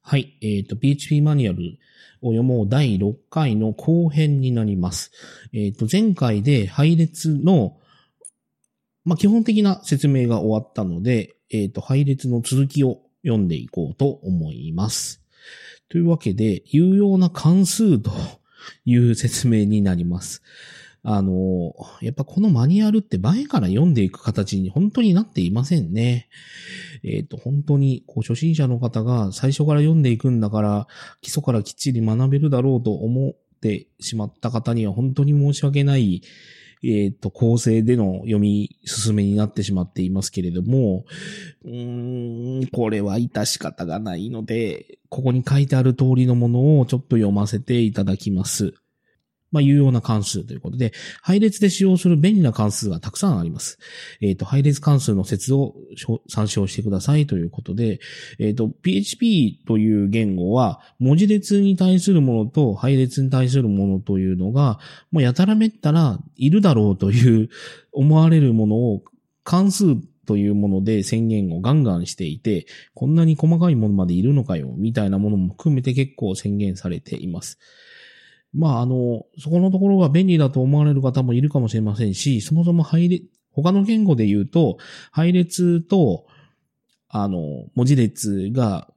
はい。PHP マニュアルを読もう第6回の後編になります。前回で配列の、基本的な説明が終わったので、配列の続きを読んでいこうと思います。というわけで、有用な関数という説明になります。やっぱこのマニュアルって前から読んでいく形に本当になっていませんね。本当に初心者の方が最初から読んでいくんだから基礎からきっちり学べるだろうと思ってしまった方には本当に申し訳ない、構成での読み進めになってしまっていますけれども、これは致し方がないので、ここに書いてある通りのものをちょっと読ませていただきます。有用な関数ということで、配列で使用する便利な関数がたくさんあります。配列関数の説を参照してくださいということで、PHP という言語は、文字列に対するものと配列に対するものというのが、もうやたらめったらいるだろうという思われるものを関数というもので宣言をガンガンしていて、こんなに細かいものまでいるのかよ、みたいなものも含めて結構宣言されています。そこのところが便利だと思われる方もいるかもしれませんし、そもそも他の言語で言うと、配列と、文字列が、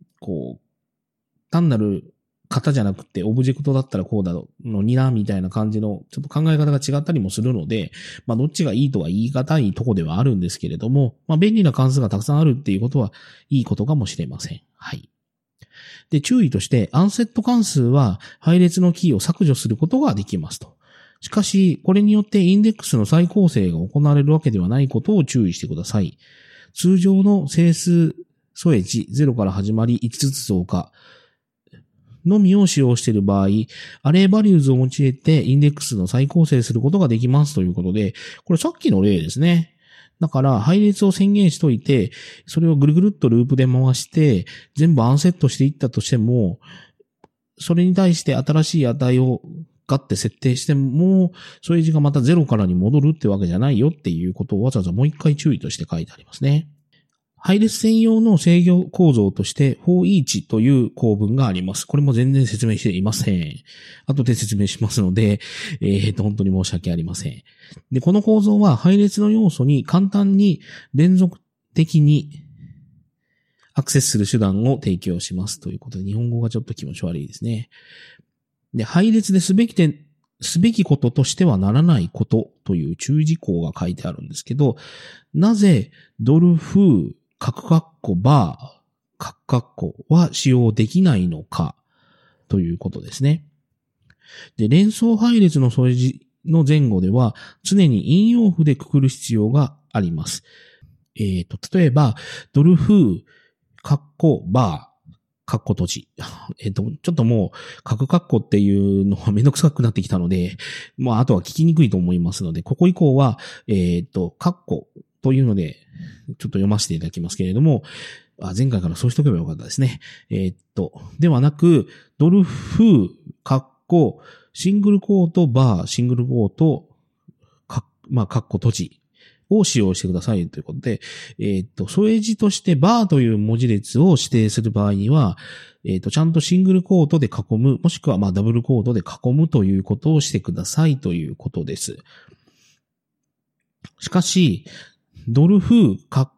単なる型じゃなくて、オブジェクトだったらこうだのにな、みたいな感じの、ちょっと考え方が違ったりもするので、どっちがいいとは言い難いとこではあるんですけれども、便利な関数がたくさんあるっていうことは、いいことかもしれません。はい。で、注意として、アンセット関数は配列のキーを削除することができますと。しかし、これによってインデックスの再構成が行われるわけではないことを注意してください。通常の整数素エジ0から始まり5つ増加のみを使用している場合、アレイバリューズを用いてインデックスの再構成することができますということで、これさっきの例ですね。だから、配列を宣言しといて、それをぐるぐるっとループで回して、全部アンセットしていったとしても、それに対して新しい値をガッて設定しても、それがまた0からに戻るってわけじゃないよっていうことをわざわざもう一回注意として書いてありますね。配列専用の制御構造として for each という構文があります。これも全然説明していません。後で説明しますので、本当に申し訳ありません。で、この構造は配列の要素に簡単に連続的にアクセスする手段を提供しますということで、日本語がちょっと気持ち悪いですね。で、配列ですべきこととしてはならないことという注意事項が書いてあるんですけど、なぜドルフバーは使用できないのかということですね。で、連想配列の添え字の前後では常に引用符でくくる必要があります。例えば、ドルフバー閉じ。ちょっともう、カッコっていうのはめんどくさくなってきたので、あとは聞きにくいと思いますので、ここ以降は、カッコというので、ちょっと読ませていただきますけれども、前回からそうしとけばよかったですね。ではなく、ドルフ、シングルコート、バー、シングルコート、カッコ閉じを使用してくださいということで、添え字としてバーという文字列を指定する場合には、ちゃんとシングルコートで囲む、もしくはダブルコートで囲むということをしてくださいということです。しかし、ドルフ、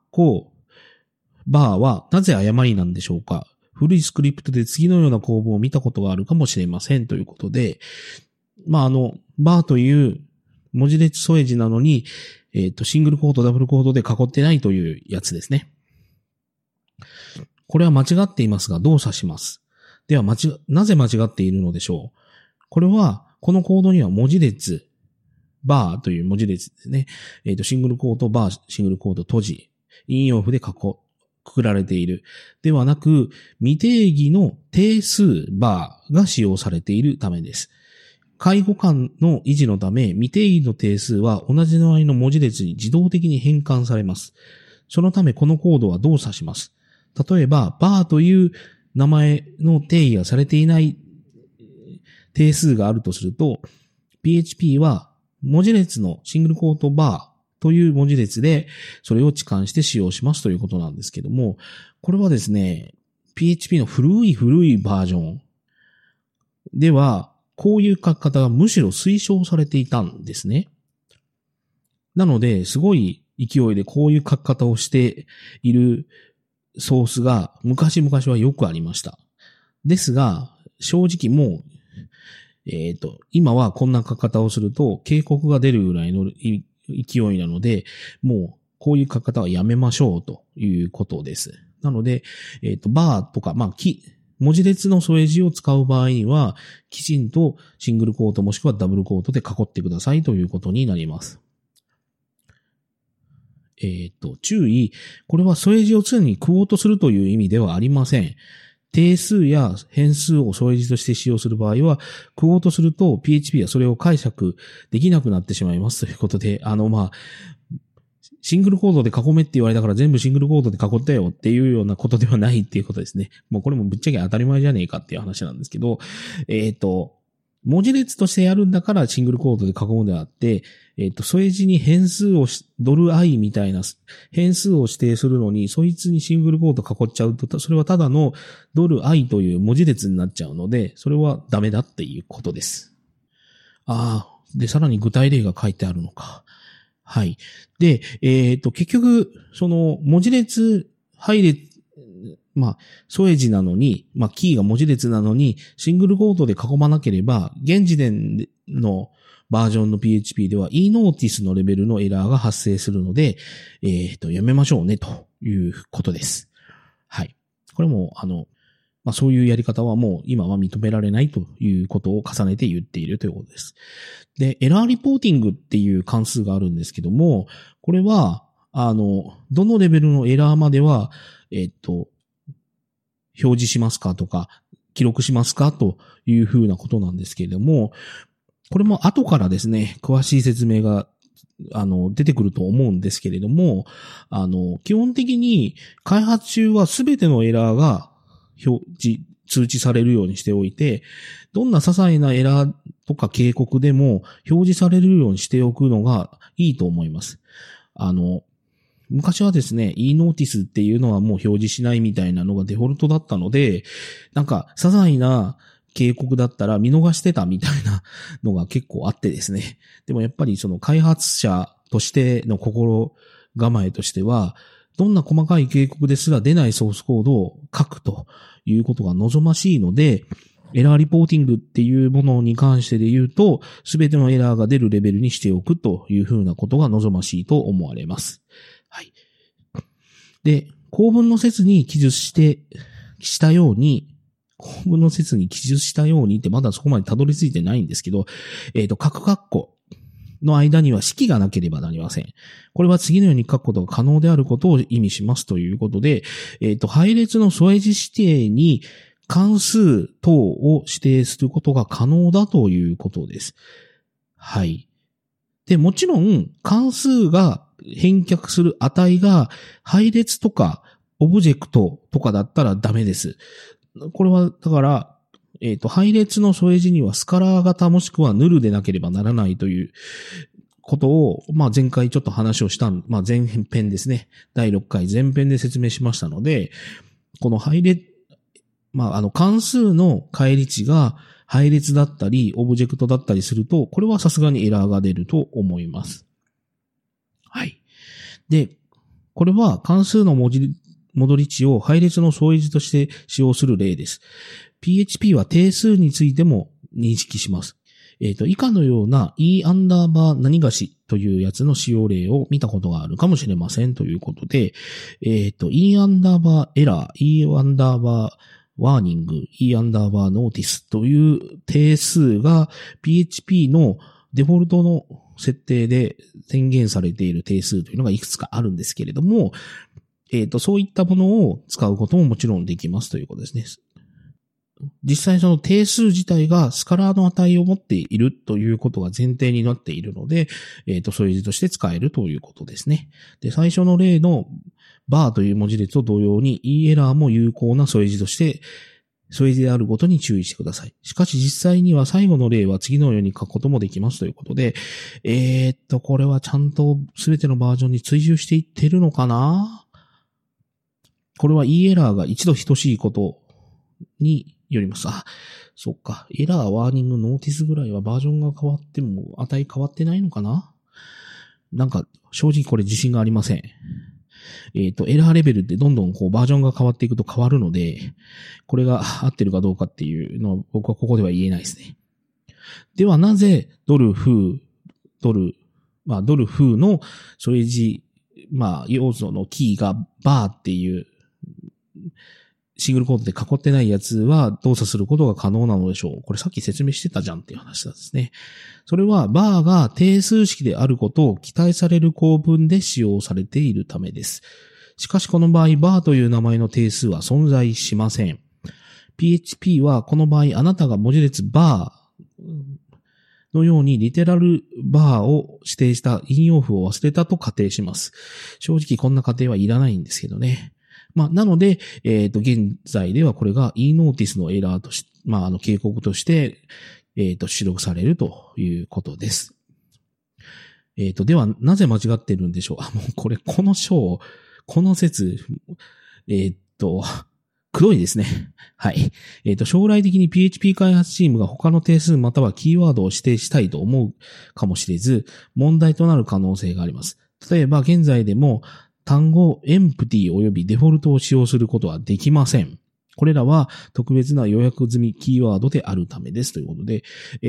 バーはなぜ誤りなんでしょうか？古いスクリプトで次のような構文を見たことがあるかもしれませんということで、バーという文字列添え字なのに、シングルコート、ダブルコートで囲ってないというやつですね。これは間違っていますが、どう指します？では、なぜ間違っているのでしょう？これは、このコードには文字列、バーという文字列ですね。シングルコート、バー、シングルコート、閉じ、引用符でくくられている。ではなく、未定義の定数バーが使用されているためです。介護間の維持のため、未定義の定数は同じ場合の文字列に自動的に変換されます。そのためこのコードはどう指します？例えば、バーという名前の定義がされていない定数があるとすると、PHP は文字列のシングルコートバーという文字列でそれを置換して使用しますということなんですけども、これはですね、 PHP の古いバージョンでは、こういう書き方がむしろ推奨されていたんですね。なので、すごい勢いでこういう書き方をしているソースが昔々はよくありました。ですが、正直もう、今はこんな書き方をすると警告が出るぐらいの勢いなので、もうこういう書き方はやめましょうということです。なので、バーとか、文字列の添え字を使う場合には、きちんとシングルコートもしくはダブルコートで囲ってくださいということになります。注意。これは添え字を常にクオートするという意味ではありません。定数や変数を添え字として使用する場合は、クオートすると PHP はそれを解釈できなくなってしまいますということで、シングルコードで囲めって言われたから全部シングルコードで囲ったよっていうようなことではないっていうことですね。もうこれもぶっちゃけ当たり前じゃねえかっていう話なんですけど、文字列としてやるんだからシングルコードで囲むであって、添え字に変数をドル i みたいな変数を指定するのに、そいつにシングルコード囲っちゃうと、それはただのドル i という文字列になっちゃうので、それはダメだっていうことです。で、さらに具体例が書いてあるのか。はい。で、結局、その文字列配列、添え字なのに、キーが文字列なのに、シングルコードで囲まなければ、現時点のバージョンの PHP では eNotice のレベルのエラーが発生するので、やめましょうね、ということです。はい。これも、そういうやり方はもう今は認められないということを重ねて言っているということです。で、エラーリポーティングっていう関数があるんですけども、これは、どのレベルのエラーまでは、表示しますかとか、記録しますかというふうなことなんですけれども、これも後からですね、詳しい説明が、出てくると思うんですけれども、基本的に開発中はすべてのエラーが通知されるようにしておいて、どんな些細なエラーとか警告でも表示されるようにしておくのがいいと思います。昔はですね、eNotice っていうのはもう表示しないみたいなのがデフォルトだったので、些細な警告だったら見逃してたみたいなのが結構あってですね。でもやっぱりその開発者としての心構えとしては、どんな細かい警告ですら出ないソースコードを書くということが望ましいので、エラーリポーティングっていうものに関してで言うと、すべてのエラーが出るレベルにしておくというふうなことが望ましいと思われます。はい。で、構文の説に記述したようにってまだそこまでたどり着いてないんですけど、各括弧の間には式がなければなりません。これは次のように書くことが可能であることを意味しますということで、配列の添え字指定に関数等を指定することが可能だということです。はい。で、もちろん関数が返却する値が配列とかオブジェクトとかだったらダメです。これは、だから、配列の添え字にはスカラー型もしくはヌルでなければならないということを、前回ちょっと話をした前編ですね。第6回前編で説明しましたので、この配列、関数の返り値が配列だったり、オブジェクトだったりすると、これはさすがにエラーが出ると思います。はい。で、これは関数の戻り値を配列の添え字として使用する例です。PHP は定数についても認識します。以下のような e アンダーバー何がしというやつの使用例を見たことがあるかもしれませんということで、e アンダーバーエラー、e アンダーバーワーニング、e アンダーバーノーティスという定数が PHP のデフォルトの設定で宣言されている定数というのがいくつかあるんですけれども、そういったものを使うことももちろんできますということですね。実際その定数自体がスカラーの値を持っているということが前提になっているので、添え字として使えるということですね。で、最初の例のバーという文字列と同様に E エラーも有効な添え字として添え字であることに注意してください。しかし実際には最後の例は次のように書くこともできますということで、これはちゃんと全てのバージョンに追従していってるのかな？ これは E エラーが一度等しいことによります。そっか。エラー、ワーニング、ノーティスぐらいはバージョンが変わっても値変わってないのかな？なんか、正直これ自信がありません。エラーレベルってどんどんバージョンが変わっていくと変わるので、これが合ってるかどうかっていうのは僕はここでは言えないですね。ではなぜドル風のそれ字、要素のキーがバーっていうシングルコードで囲ってないやつは動作することが可能なのでしょう。これさっき説明してたじゃんっていう話なんですね。それはバーが定数式であることを期待される構文で使用されているためです。しかしこの場合、バーという名前の定数は存在しません。PHP はこの場合、あなたが文字列バーのようにリテラルバーを指定した引用符を忘れたと仮定します。正直こんな仮定はいらないんですけどね。なので、現在ではこれが e-notice のエラーとして、警告として、出力されるということです。では、なぜ間違ってるんでしょう。もうこの章、この説、黒いですね。はい。将来的に PHP 開発チームが他の定数またはキーワードを指定したいと思うかもしれず、問題となる可能性があります。例えば、現在でも、単語 empty 及びデフォルトを使用することはできません。これらは特別な予約済みキーワードであるためですということで、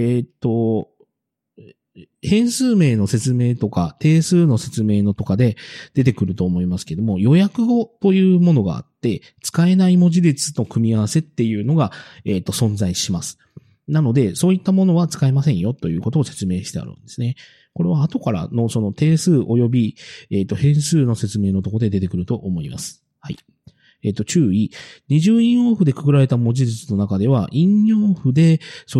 変数名の説明とか定数の説明のとかで出てくると思いますけども、予約語というものがあって、使えない文字列の組み合わせっていうのが、存在します。なので、そういったものは使えませんよということを説明してあるんですね。これは後からのその定数及び、変数の説明のところで出てくると思います。はい。注意。二重引用符でくくられた文字列の中では、引用符で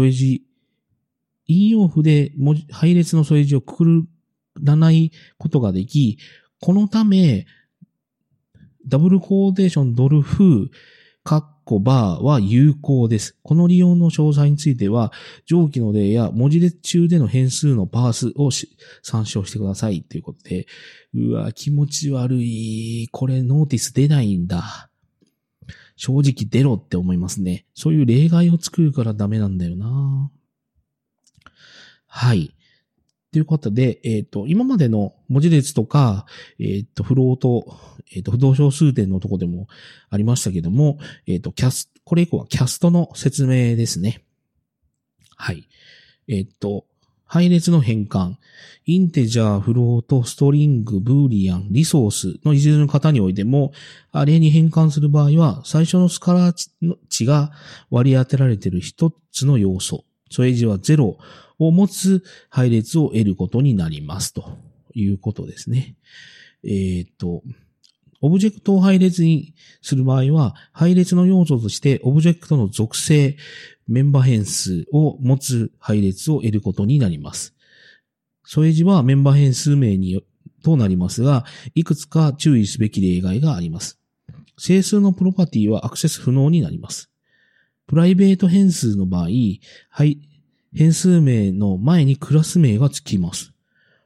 配列の添え字をくくらないことができ、このため、ダブルコーテーションドル風、バーは有効です。この利用の詳細については、上記の例や文字列中での変数のパースを参照してくださいということで、気持ち悪い。これノーティス出ないんだ。正直出ろって思いますね。そういう例外を作るからダメなんだよな。はい。ということで、今までの文字列とか、フロート、不動小数点のとこでもありましたけども、これ以降はキャストの説明ですね。はい。配列の変換、インテジャー、フロート、ストリング、ブーリアン、リソースのいずれの型においても、アレイに変換する場合は、最初のスカラー値が割り当てられている一つの要素、添え字は0を持つ配列を得ることになりますということですね。オブジェクトを配列にする場合は、配列の要素としてオブジェクトの属性、メンバー変数を持つ配列を得ることになります。添え字はメンバー変数名となりますが、いくつか注意すべき例外があります。整数のプロパティはアクセス不能になります。プライベート変数の場合、変数名の前にクラス名がつきます。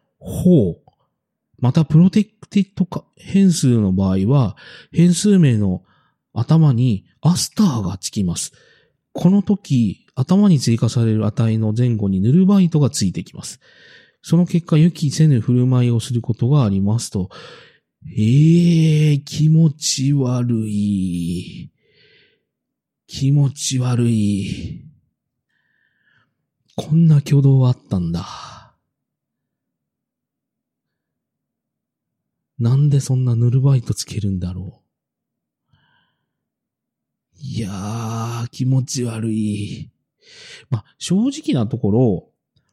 また、プロテクティッド変数の場合は、変数名の頭にアスターがつきます。この時、頭に追加される値の前後にヌルバイトがついてきます。その結果、予期せぬ振る舞いをすることがありますと、気持ち悪い。気持ち悪い。こんな挙動あったんだ。なんでそんなヌルバイトつけるんだろう。いやー、気持ち悪い。正直なところ、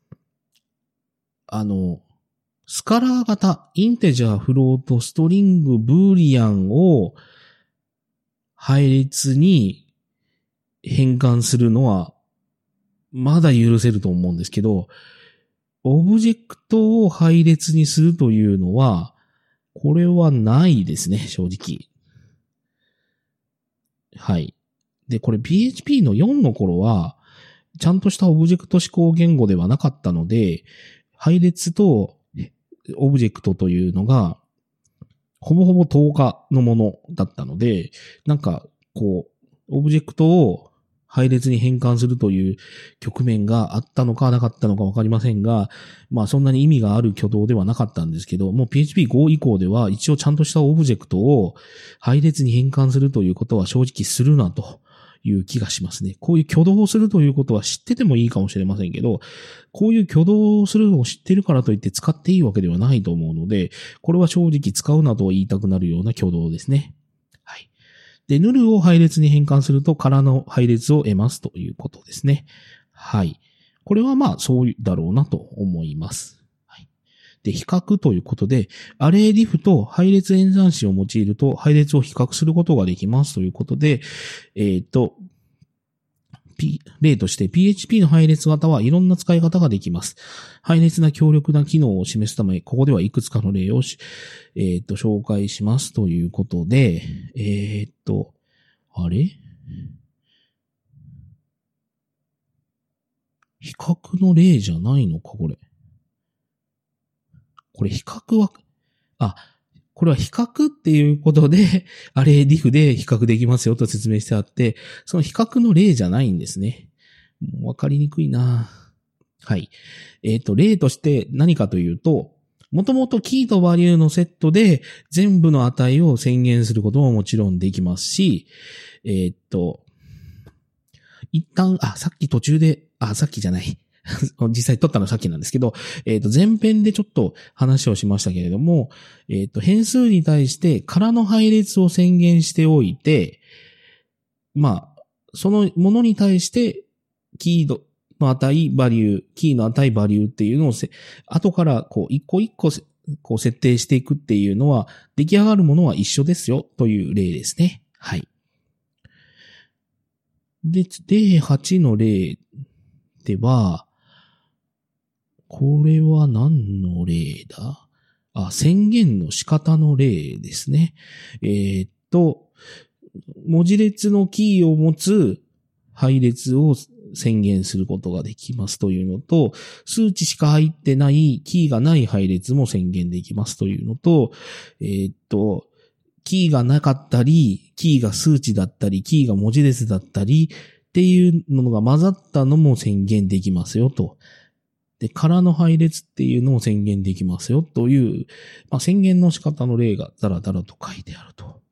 スカラー型、インテジャー、フロート、ストリング、ブーリアンを配列に変換するのは、まだ許せると思うんですけど、オブジェクトを配列にするというのは、これはないですね、正直。はい。で、これ PHP の4の頃は、ちゃんとしたオブジェクト指向言語ではなかったので、配列とオブジェクトというのが、 ほぼほぼ10日のものだったので、なんか、オブジェクトを配列に変換するという局面があったのかなかったのかわかりませんが、まあそんなに意味がある挙動ではなかったんですけど、もう PHP5 以降では一応ちゃんとしたオブジェクトを配列に変換するということは正直するなという気がしますね。こういう挙動をするということは知っててもいいかもしれませんけど、こういう挙動をするのを知ってるからといって使っていいわけではないと思うので、これは正直使うなと言いたくなるような挙動ですね。はい。で、ヌルを配列に変換すると空の配列を得ますということですね。はい。これはまあそうだろうなと思います。はい。で、比較ということで、アレイディフと配列演算子を用いると配列を比較することができますということで、例として PHP の配列型はいろんな使い方ができます。配列な強力な機能を示すため、ここではいくつかの例を紹介しますということで、あれ？比較の例じゃないのか、これ。これ比較は、これは比較っていうことで、アレイディフで比較できますよと説明してあって、その比較の例じゃないんですね。もうわかりにくいな。はい。例として何かというと、もともとキーとバリューのセットで全部の値を宣言することももちろんできますし、一旦、さっき途中で、さっきじゃない。実際取ったのはさっきなんですけど、前編でちょっと話をしましたけれども、変数に対して空の配列を宣言しておいて、まあ、そのものに対して、キーの値、バリュー、キーの値、バリューっていうのを後から一個一個設定していくっていうのは、出来上がるものは一緒ですよという例ですね。はい。で、例8の例では、これは何の例だ？宣言の仕方の例ですね。文字列のキーを持つ配列を宣言することができますというのと、数値しか入ってないキーがない配列も宣言できますというのと、キーがなかったり、キーが数値だったり、キーが文字列だったりっていうのが混ざったのも宣言できますよと。で、空の配列っていうのを宣言できますよという、宣言の仕方の例がダラダラと書いてあると。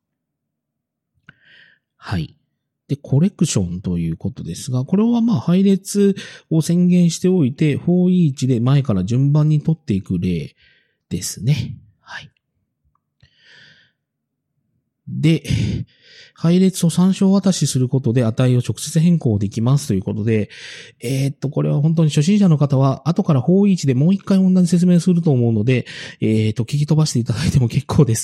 はい。で、コレクションということですが、これは配列を宣言しておいて、for each で前から順番に取っていく例ですね。はい。で、配列を参照渡しすることで値を直接変更できますということで、これは本当に初心者の方は後からfor eachでもう一回同じ説明すると思うので、聞き飛ばしていただいても結構です。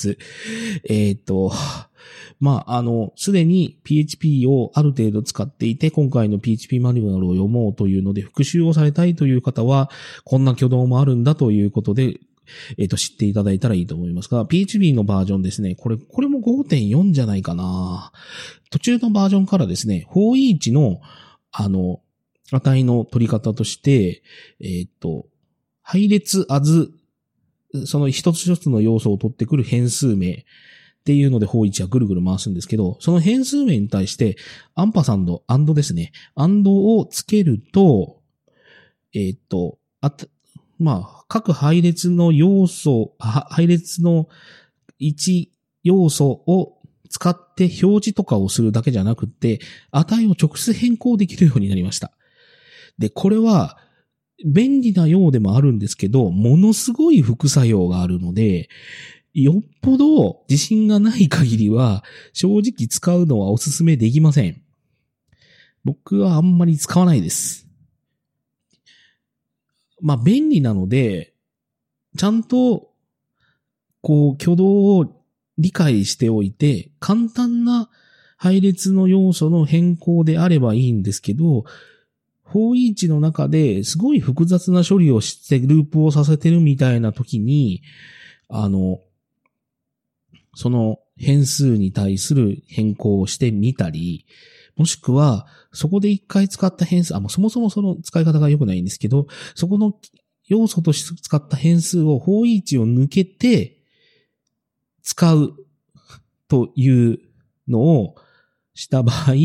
すでに PHP をある程度使っていて、今回の PHP マニュアルを読もうというので復習をされたいという方は、こんな挙動もあるんだということで、知っていただいたらいいと思いますが、PHP のバージョンですね。これも 5.4 じゃないかな。途中のバージョンからですね、for each の、値の取り方として、配列 as、その一つ一つの要素を取ってくる変数名っていうのでfor eachはぐるぐる回すんですけど、その変数名に対して、アンパサンド、and ですね。and をつけると、各配列の要素、配列の1要素を使って表示とかをするだけじゃなくって、値を直接変更できるようになりました。で、これは便利なようでもあるんですけど、ものすごい副作用があるので、よっぽど自信がない限りは正直使うのはお勧めできません。僕はあんまり使わないです。便利なので、ちゃんと、挙動を理解しておいて、簡単な配列の要素の変更であればいいんですけど、for each の中ですごい複雑な処理をしてループをさせてるみたいな時に、その変数に対する変更をしてみたり、もしくは、そこで一回使った変数、そもそもその使い方が良くないんですけど、そこの要素として使った変数をfor eachを抜けて、 使うというのをした場合、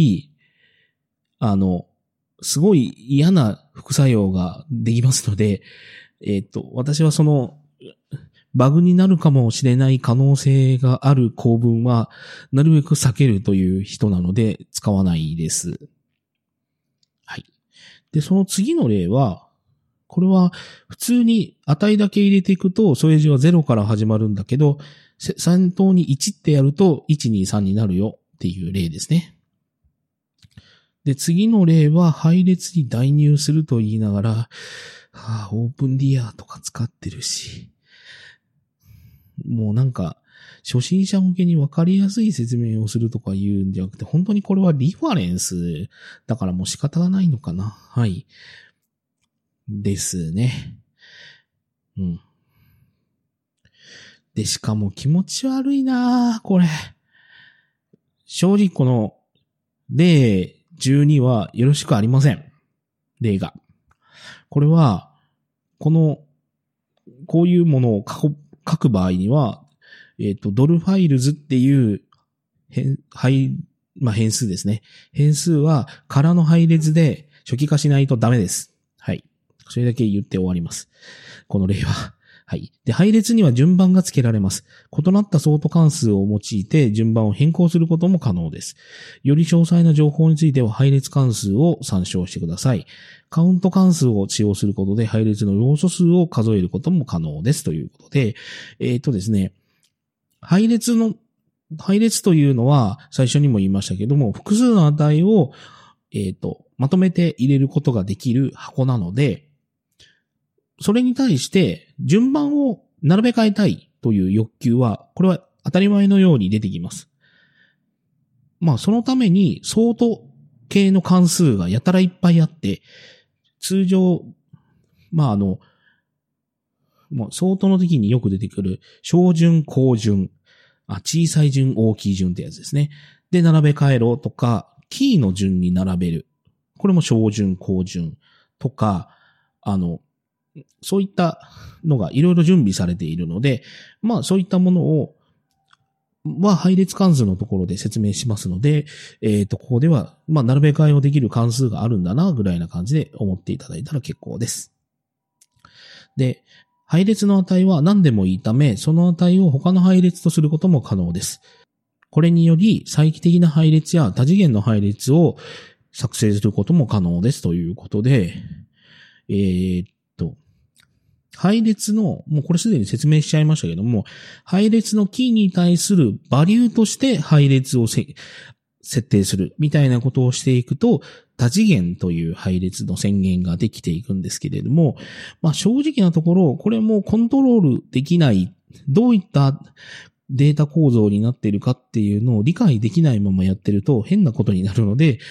すごい嫌な副作用ができますので、私はその、バグになるかもしれない可能性がある構文は、なるべく避けるという人なので、使わないです。はい。で、その次の例は、これは普通に値だけ入れていくと、添え字は0から始まるんだけど、先頭に1ってやると、1、2、3になるよっていう例ですね。で、次の例は配列に代入すると言いながら、オープンディアとか使ってるし、もうなんか、初心者向けに分かりやすい説明をするとか言うんじゃなくて、本当にこれはリファレンスだからもう仕方がないのかな。はい。ですね。うん。で、しかも気持ち悪いなこれ。正直この例12はよろしくありません。例が。これは、こういうものを書く場合には、ドルファイルズっていう変数ですね。変数は空の配列で初期化しないとダメです。はい。それだけ言って終わります。この例は。はい。で、配列には順番が付けられます。異なった相当関数を用いて順番を変更することも可能です。より詳細な情報については配列関数を参照してください。カウント関数を使用することで配列の要素数を数えることも可能ですということで、ですね、配列というのは最初にも言いましたけども、複数の値を、まとめて入れることができる箱なので、それに対して順番を並べ替えたいという欲求は、これは当たり前のように出てきます。まあそのために相当系の関数がやたらいっぱいあって、通常、まあ相当の時によく出てくる小順、高順、小さい順、大きい順ってやつですね。で、並べ替えろとか、キーの順に並べる。これも小順、高順とか、そういったのがいろいろ準備されているので、まあそういったものを、配列関数のところで説明しますので、ここでは、並べ替えをできる関数があるんだな、ぐらいな感じで思っていただいたら結構です。で、配列の値は何でもいいため、その値を他の配列とすることも可能です。これにより、再帰的な配列や多次元の配列を作成することも可能ですということで、配列の、もうこれすでに説明しちゃいましたけども、配列のキーに対するバリューとして配列を設定するみたいなことをしていくと、多次元という配列の宣言ができていくんですけれども、正直なところ、これもコントロールできない、どういったデータ構造になっているかっていうのを理解できないままやってると変なことになるので、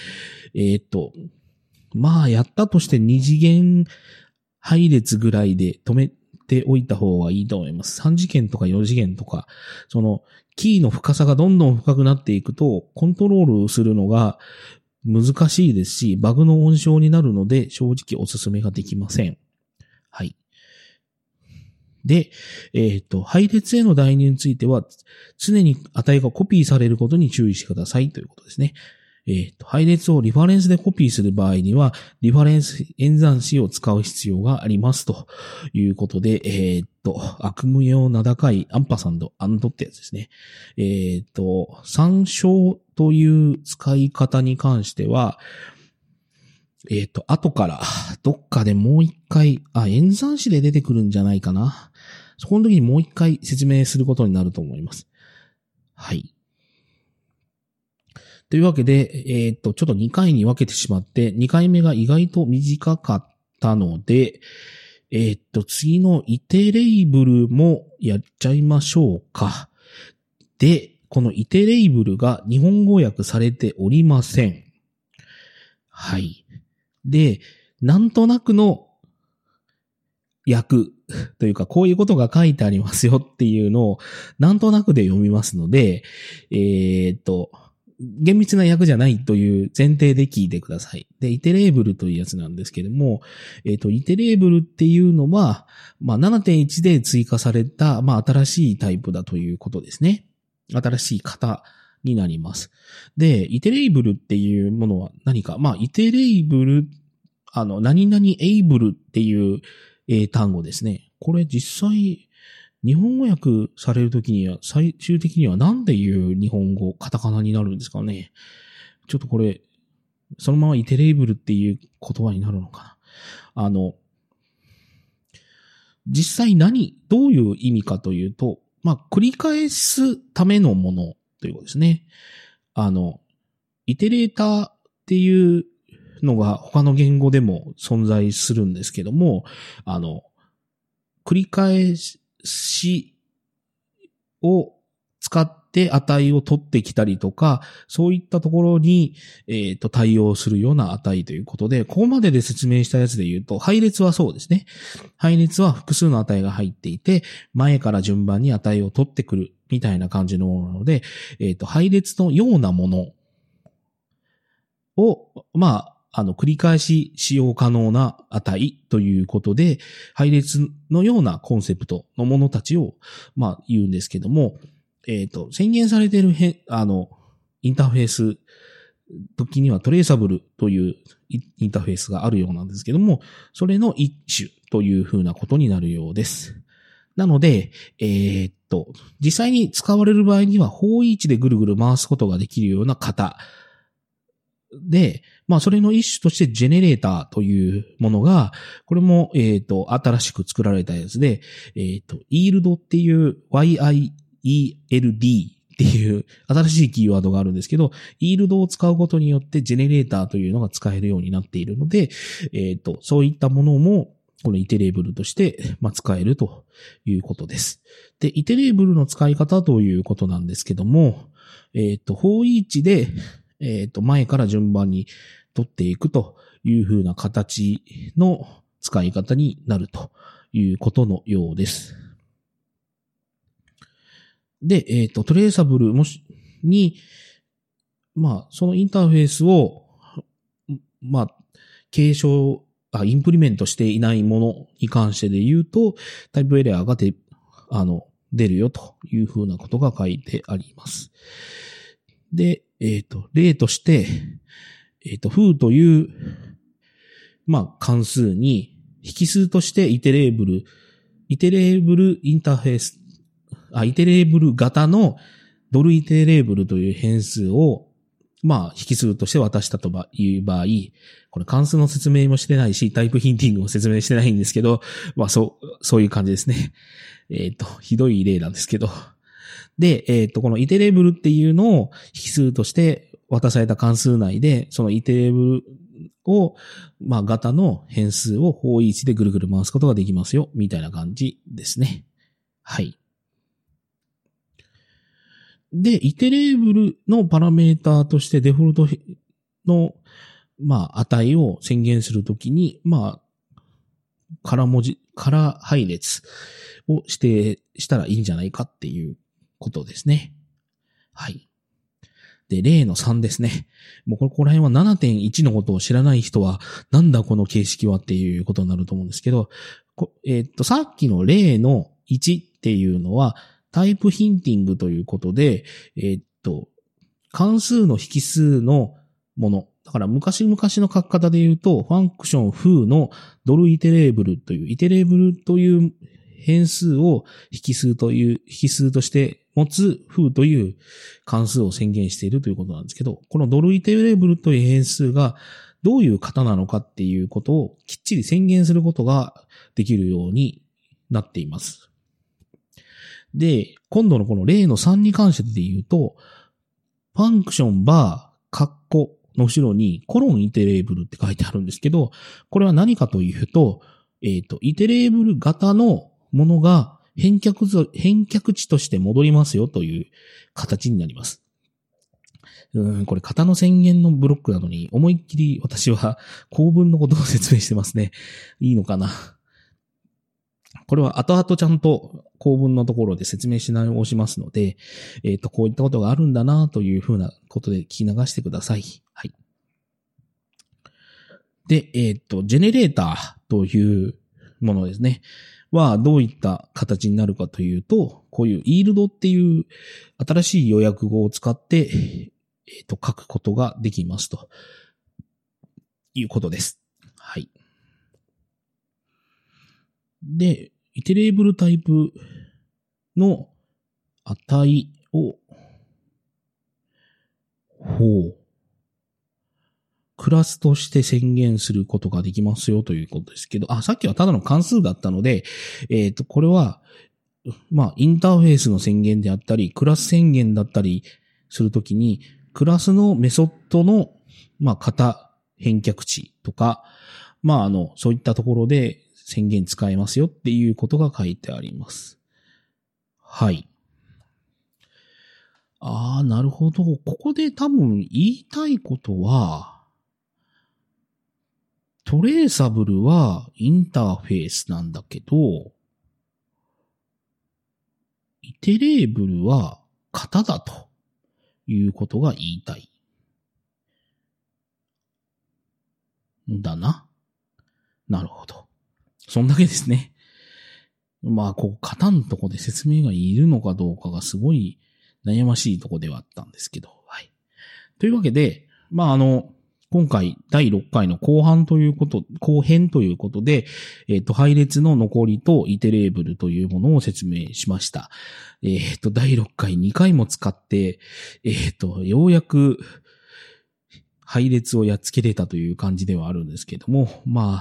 やったとして2次元配列ぐらいで止めておいた方がいいと思います。3次元とか4次元とか、そのキーの深さがどんどん深くなっていくと、コントロールするのが難しいですし、バグの温床になるので、正直おすすめができません。はい。で、配列への代入については、常に値がコピーされることに注意してくださいということですね。配列をリファレンスでコピーする場合には、リファレンス演算子を使う必要がありますということで、悪夢用名高いアンパサンド、アンドってやつですね。参照という使い方に関しては、後から、どっかでもう一回、演算子で出てくるんじゃないかな。そこの時にもう一回説明することになると思います。はい。というわけで、ちょっと2回に分けてしまって、2回目が意外と短かったので、次のイテレイブルもやっちゃいましょうか。で、このイテレイブルが日本語訳されておりません。はい。で、なんとなくの訳というか、こういうことが書いてありますよっていうのを、なんとなくで読みますので、 厳密な訳じゃないという前提で聞いてください。で、イテレーブルというやつなんですけども、イテレーブルっていうのは、7.1 で追加された、新しいタイプだということですね。新しい型になります。で、イテレーブルっていうものは何か、イテレーブル、何々エイブルっていう、単語ですね。これ実際、日本語訳されるときには、最終的には何ていう日本語、カタカナになるんですかね。ちょっとこれ、そのままイテレーブルっていう言葉になるのかな。実際どういう意味かというと、繰り返すためのものということですね。イテレーターっていうのが他の言語でも存在するんですけども、繰り返しを使って値を取ってきたりとか、そういったところに、対応するような値ということで、ここまでで説明したやつで言うと、配列はそうですね。配列は複数の値が入っていて、前から順番に値を取ってくるみたいな感じのものなので、配列のようなものを、繰り返し使用可能な値ということで、配列のようなコンセプトのものたちを、言うんですけども、宣言されているインターフェース時にはトレーサブルというインターフェースがあるようなんですけども、それの一種というふうなことになるようです。なので、実際に使われる場合には、方位置でぐるぐる回すことができるような型で、それの一種としてジェネレーターというものが、これも、新しく作られたやつで、イールドっていう YIELD っていう新しいキーワードがあるんですけど、イールドを使うことによってジェネレーターというのが使えるようになっているので、そういったものも、このイテレーブルとして、使えるということです。で、イテレーブルの使い方ということなんですけども、方位置で、前から順番に取っていくという風な形の使い方になるということのようです。で、トレーサブルに、そのインターフェースを、継承、インプリメントしていないものに関してで言うと、タイプエラーが出るよという風なことが書いてあります。で、例として、foo という、関数に、引数としてイテレーブルインターフェース、イテレーブル型のドルイテレーブルという変数を、引数として渡したという場合、これ関数の説明もしてないし、タイプヒンティングも説明してないんですけど、そういう感じですね。ひどい例なんですけど。で、このイテレーブルっていうのを引数として渡された関数内で、そのイテレーブルを、型の変数を方位置でぐるぐる回すことができますよ、みたいな感じですね。はい。で、イテレーブルのパラメーターとしてデフォルトの、値を宣言するときに、空配列をしたらいいんじゃないかっていうことですね。はい。で、例の3ですね。もうここら辺は 7.1 のことを知らない人は、なんだこの形式はっていうことになると思うんですけど、さっきの例の1っていうのは、タイプヒンティングということで、関数の引数のもの。だから昔々の書き方で言うと、ファンクション foo のドルイテレーブルという変数を引数として持つ foo という関数を宣言しているということなんですけど、このドルイテレーブルという変数がどういう型なのかっていうことをきっちり宣言することができるようになっています。で、今度のこの例の3に関してで言うと、ファンクションバー、カッコの後ろにコロンイテレーブルって書いてあるんですけど、これは何かというと、イテレーブル型のものが返却値として戻りますよという形になります。これ型の宣言のブロックなのに思いっきり私は構文のことを説明してますね。いいのかな。 これは後々ちゃんと構文のところで説明し直しますので、こういったことがあるんだなというふうなことで聞き流してください。はい。で、ジェネレーターというものですね。はどういった形になるかというと、こういうイールドっていう新しい予約語を使って、書くことができますということです。はい。で、イテレーブルタイプの値を、クラスとして宣言することができますよということですけど、さっきはただの関数だったので、これは、インターフェースの宣言であったり、クラス宣言だったりするときに、クラスのメソッドの、型返却値とか、そういったところで宣言使えますよっていうことが書いてあります。はい。なるほど。ここで多分言いたいことは、トレーサブルはインターフェースなんだけど、イテレーブルは型だということが言いたい。んだな。なるほど。そんだけですね。型のとこで説明がいるのかどうかがすごい悩ましいとこではあったんですけど。はい。というわけで、今回第6回の後編ということで、配列の残りとイテレーブルというものを説明しました。第6回2回も使って、ようやく配列をやっつけれたという感じではあるんですけども、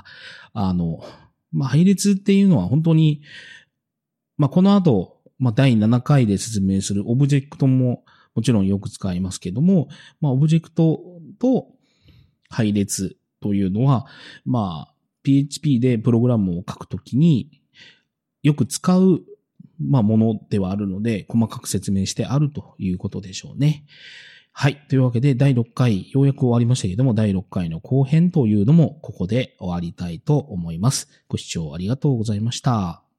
配列っていうのは本当に、この後、第7回で説明するオブジェクトももちろんよく使いますけども、オブジェクトと配列というのは、PHP でプログラムを書くときによく使う、ものではあるので、細かく説明してあるということでしょうね。はい。というわけで、第6回、ようやく終わりましたけれども、第6回の後編というのも、ここで終わりたいと思います。ご視聴ありがとうございました。